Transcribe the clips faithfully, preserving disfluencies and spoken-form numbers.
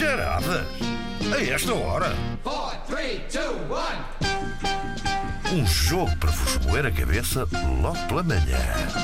Charadas? A esta hora? four, three, two, one. Um jogo para vos moer a cabeça logo pela manhã.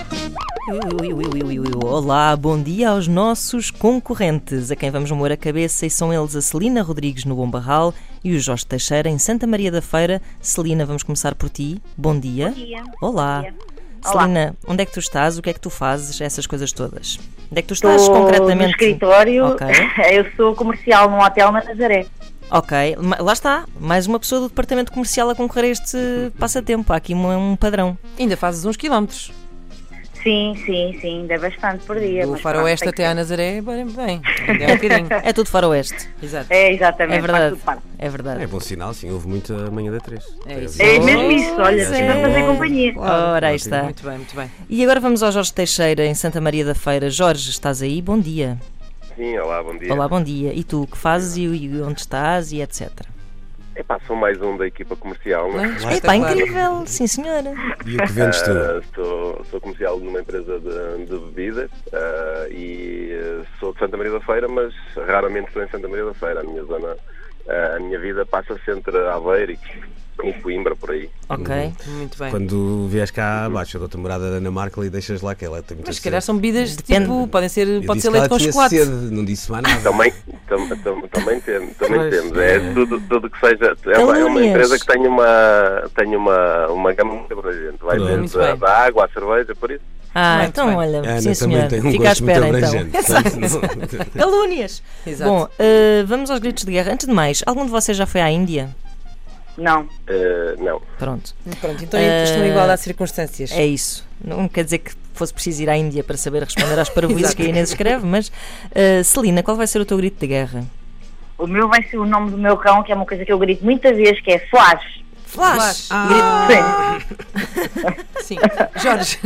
Ui, ui, ui, ui, ui. Olá, bom dia aos nossos concorrentes, a quem vamos moer a cabeça, e são eles a Celina Rodrigues no Bom Barral e o Jorge Teixeira em Santa Maria da Feira. Celina, vamos começar por ti. Bom dia. Bom dia. Olá. Bom dia. Celina, onde é que tu estás? O que é que tu fazes? Essas coisas todas. Onde é que tu estás Estou concretamente? no escritório. Ok. Eu sou comercial num hotel na Nazaré. Ok, ma- lá está. Mais uma pessoa do departamento comercial a concorrer a este passatempo. Há aqui um, um padrão. Ainda fazes uns quilómetros. Sim, sim, sim, ainda é bastante por dia. Do mas faroeste pronto, tem até à que Nazaré, bem, bem. Ainda é um bocadinho. É tudo faroeste. Exato. ser. É, exatamente. É verdade. faz tudo parte. É verdade. É bom sinal, sim, houve muita manhã da três. É isso. É mesmo isso, olha, Pois tem é. para fazer companhia. Ora, aí Ótimo. está. Muito bem, muito bem. E agora vamos ao Jorge Teixeira em Santa Maria da Feira. Jorge, estás aí? Bom dia. Sim, olá, bom dia. Olá, bom dia. E tu, que fazes e, e onde estás e etcétera. Epá, sou mais um da equipa comercial, Não né? é? Epá, Espetacular. incrível, sim senhora. E o que vendes tu? Ah, sou, sou comercial numa empresa de, de bebidas ah, e ah, sou de Santa Maria da Feira, mas raramente estou em Santa Maria da Feira. A minha zona, ah, a minha vida passa-se entre Aveiro e e Coimbra, por aí. Ok. Muito bem. Quando vies cá abaixo, eu dou-te a morada da Ana Markel e deixas lá que ela tem muita Mas se calhar sede. são bebidas Depende. tipo, podem ser, Eu pode disse ser que ela leite com tinha chocolate. sede, não disse mais nada. Também, tam, tam, também, tem, também Pois. temos. É tudo, tudo que seja. É uma, é uma Calúnias. empresa que tem uma, tem uma, uma gama muito abrangente. Vai Pronto. desde Muito a, bem. da água à cerveja, por isso. Ah, Muito então bem. olha, A Ana sim também senhora. tem um Fica à gosto muito espera então. abrangente. Calúnias. Exato. Bom, eh, vamos aos gritos de guerra. Antes de mais, algum de vocês já foi à Índia? Não. Ah, não. Pronto. Pronto, então Eh, estão igual às circunstâncias. É isso. Não quer dizer que fosse preciso ir à Índia para saber responder às parvoíces Exato. que a Inês escreve, mas eh, Celina, qual vai ser o teu grito de guerra? O meu vai ser o nome do meu cão, que é uma coisa que eu grito muitas vezes, que é Flash. Flash! Ah. Sim. Sim. Jorge.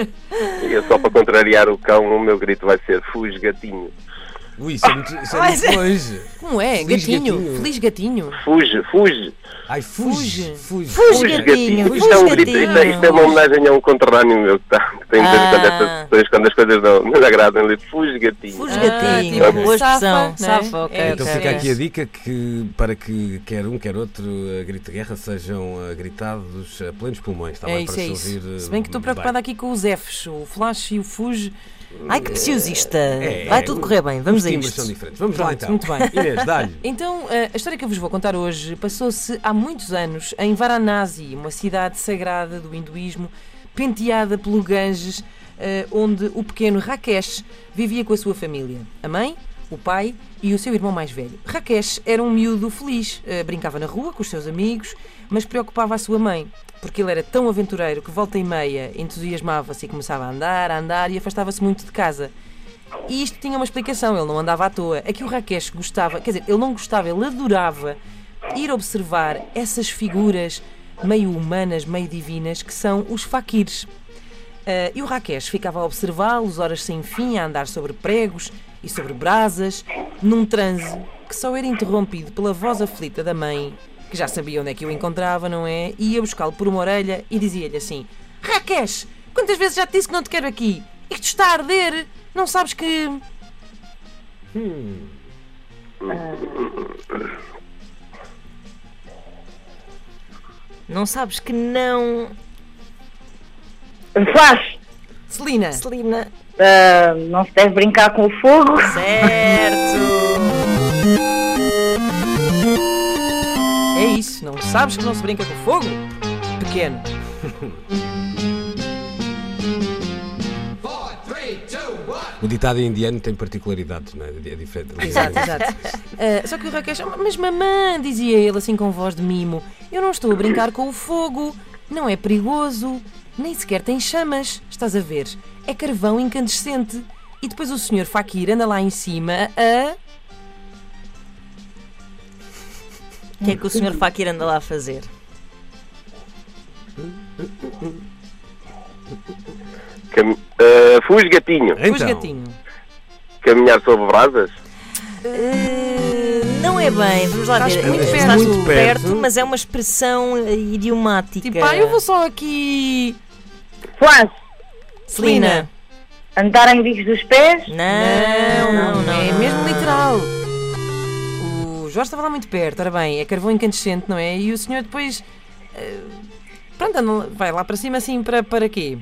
E eu, só para contrariar o cão, o meu grito vai ser Fuge Gatinho. Ui, isso é muito, isso é Mas muito é- longe. Como é? Feliz gatinho. gatinho. Feliz gatinho. Fuge, fuge. Ai, fuge. Fuge. Fuge. Fuge, gatinho! Isto é um Fuge, grito, isto é, gatinho! isto é uma homenagem a um conterrâneo meu que, tá, que tem de vez em quando Ah. estas pessoas, quando as coisas não, não lhe agradam, ele diz Fuge Gatinho. Fuge, Ah, gatinho! tipo, Boa safa, expressão. não é? Safa, ok, É, Então ok. fica aqui a dica que para que quer um, quer outro a grito de guerra sejam ah, gritados a plenos pulmões. Está É bem, isso, para é se isso. ouvir, Se bem que estou ah, preocupada bem. aqui com os Fs, o Flash e o Fuge. Ai, que preciosista! É, Vai é, tudo correr bem, vamos Os a timbres isto. são diferentes. Vamos lá Pronto, então. muito bem. Inês, dá-lhe. Então, eh, a história que eu vos vou contar hoje passou-se há muitos anos em Varanasi, uma cidade sagrada do hinduísmo, penteada pelo Ganges, eh, onde o pequeno Rakesh vivia com a sua família. A mãe, o pai e o seu irmão mais velho. Rakesh era um miúdo feliz, eh, brincava na rua com os seus amigos, mas preocupava a sua mãe, porque ele era tão aventureiro que volta e meia entusiasmava-se e começava a andar, a andar e afastava-se muito de casa. E isto tinha uma explicação, ele não andava à toa. É que o Rakesh gostava, quer dizer, ele não gostava, ele adorava ir observar essas figuras meio humanas, meio divinas, que são os faquires. Ah, e o Rakesh ficava a observá-los, horas sem fim, a andar sobre pregos e sobre brasas, num transe que só era interrompido pela voz aflita da mãe, que já sabia onde é que o encontrava, não é? E ia buscá-lo por uma orelha e dizia-lhe assim: Rakesh, quantas vezes já te disse que não te quero aqui? Isto está a arder! Não sabes que... Não sabes que não, Flash. Celina, Celina? Ah, não se deve brincar com o fogo. Certo! é isso, não sabes que não se brinca com fogo? Pequeno. Four, three, two, one. O ditado indiano tem particularidades, não é? É diferente. Exato, exato. Ah, só que o Rakesh, mas mamã, dizia ele assim com voz de mimo, eu não estou a brincar com o fogo, não é perigoso, nem sequer tem chamas, estás a ver? É carvão incandescente. E depois o senhor Fakir anda lá em cima a... O que é que o senhor Fakir anda lá a fazer? Cam... ah, Fuge Gatinho. Pois Então, gatinho. Caminhar sobre brasas. Eh, não é bem, vamos lá Estás ver. muito Eh, perto. Estás Muito perto, perto. mas é uma expressão eh, idiomática. Tipo, ah, eu vou só aqui... Flash. Celina. Andar em bicos dos pés. Não, não, não. é não. mesmo literal. Jorge estava lá muito perto, ora bem, é carvão incandescente, não é? E o senhor depois. Uh, pronto, anda- vai lá para cima assim para, para quê?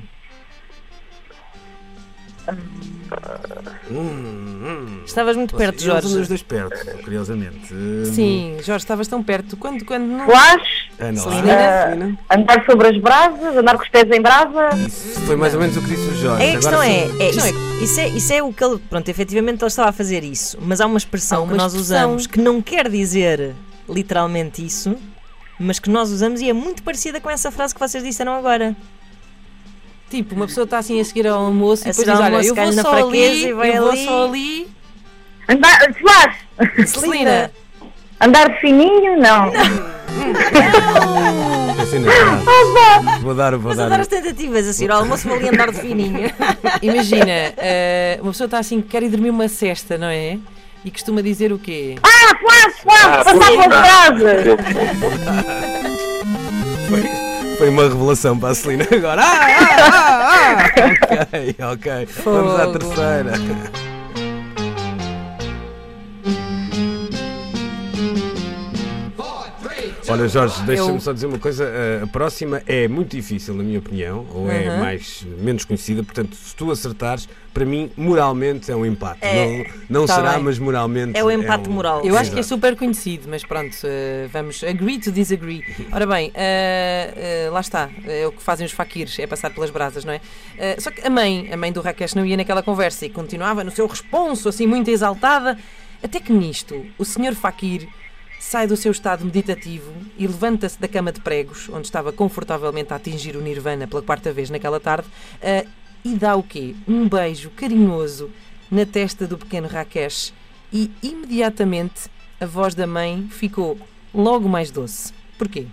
Hum, hum. Estavas muito perto, Eles andam Jorge. os dois perto, curiosamente. Hum. Sim, Jorge, estavas tão perto. Quando, quando não. Flash, Ana, lá. Celina? Celina? andar sobre as brasas, andar com os pés em brasa. Isso foi mais ou menos o que disse o Jorge. É, a questão Agora é, sim. é, Questão isso, isso é, isso é o que ele, pronto, efetivamente ele estava a fazer isso, mas há uma expressão Há uma que nós expressão. usamos que não quer dizer literalmente isso, mas que nós usamos e é muito parecida com essa frase que vocês disseram agora. Tipo, uma pessoa está assim a seguir ao almoço e A depois seguir diz: ao olha, almoço, eu vou calha na só fraqueza ali, e vai eu vou ali. só ali. Andar, Flash, Celina, andar de fininho, não. Pensei na frase. Vou dar, vou Mas a dar. dar as tentativas, a seguir ao almoço vou ali andar de fininho. imagina, eh, uma pessoa está assim que quer ir dormir uma cesta, não é? E costuma dizer o quê? Ah, Flash, Flash, Ah, passar puta. pelas brasas. Foi, foi uma revelação para a Celina agora. Ah, ah, ah, ah. Ok, ok. Vamos à Fogo. terceira. Four, three, two, Olha, Jorge, deixa-me Eu- só dizer uma coisa. eh, A próxima é muito difícil, na minha opinião, ou é Uhum. mais, menos conhecida. Portanto, se tu acertares, para mim, moralmente é um empate. É, não não tá será, bem. mas moralmente. É o empate um- moral. Eu acho que é Exato. super conhecido, mas pronto, eh, vamos agree to disagree. Ora bem, eh, eh, lá está, é o que fazem os faquires, é passar pelas brasas, não é? Eh, só que a mãe, a mãe do Rakesh não ia naquela conversa e continuava no seu responso, assim muito exaltada, até que nisto o senhor faquir sai do seu estado meditativo e levanta-se da cama de pregos, onde estava confortavelmente a atingir o nirvana pela quarta vez naquela tarde, eh, e dá o quê? Um beijo carinhoso na testa do pequeno Rakesh e imediatamente a voz da mãe ficou logo mais doce. Porquê?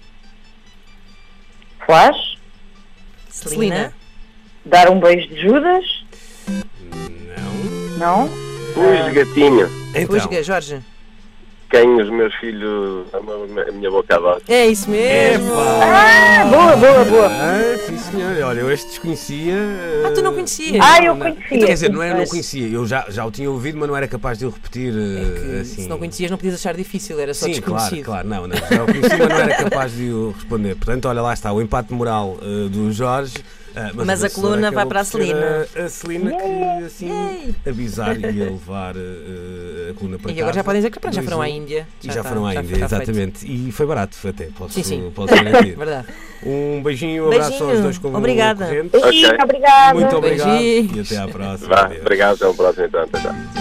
Flash, Celina, dar um beijo de Judas, Não. não. Ui, gatinho. Então, Fusga, Jorge. Quem os meus filhos amam a minha boca doce. É isso mesmo. epá! Boa, boa, boa. Ah, sim, senhor. Olha, eu este desconhecia. Ah, tu não conhecias? Ah, eu Não. conhecia. Quer dizer, não, é, não Mas- conhecia. Eu já, já o tinha ouvido, mas não era capaz de o repetir. Que, eh, assim. Se não conhecias, não podias achar difícil, era só Sim, desconhecido. claro, claro. Não, não. Já o conhecia, mas não era capaz de o responder. Portanto, olha, lá está. O empate moral eh, do Jorge. eh, Mas a vencedora coluna acabou vai para a por ser Celina. A, a Celina que, assim, avisar e ia levar eh, a coluna para E casa. agora já podem dizer que pronto, já Dois, foram à um. Índia. E já, está- foram à já Índia, está feito. exatamente. E foi barato até, posso, Sim, sim. posso garantir. Verdade. Um beijinho, um abraço aos Beijinho. dois Obrigada. concorrentes. Beijinho, Ok. obrigada. Muito obrigado Beijinhos. e até à próxima. Vá, Adeus. obrigado, até o próximo então. Até já.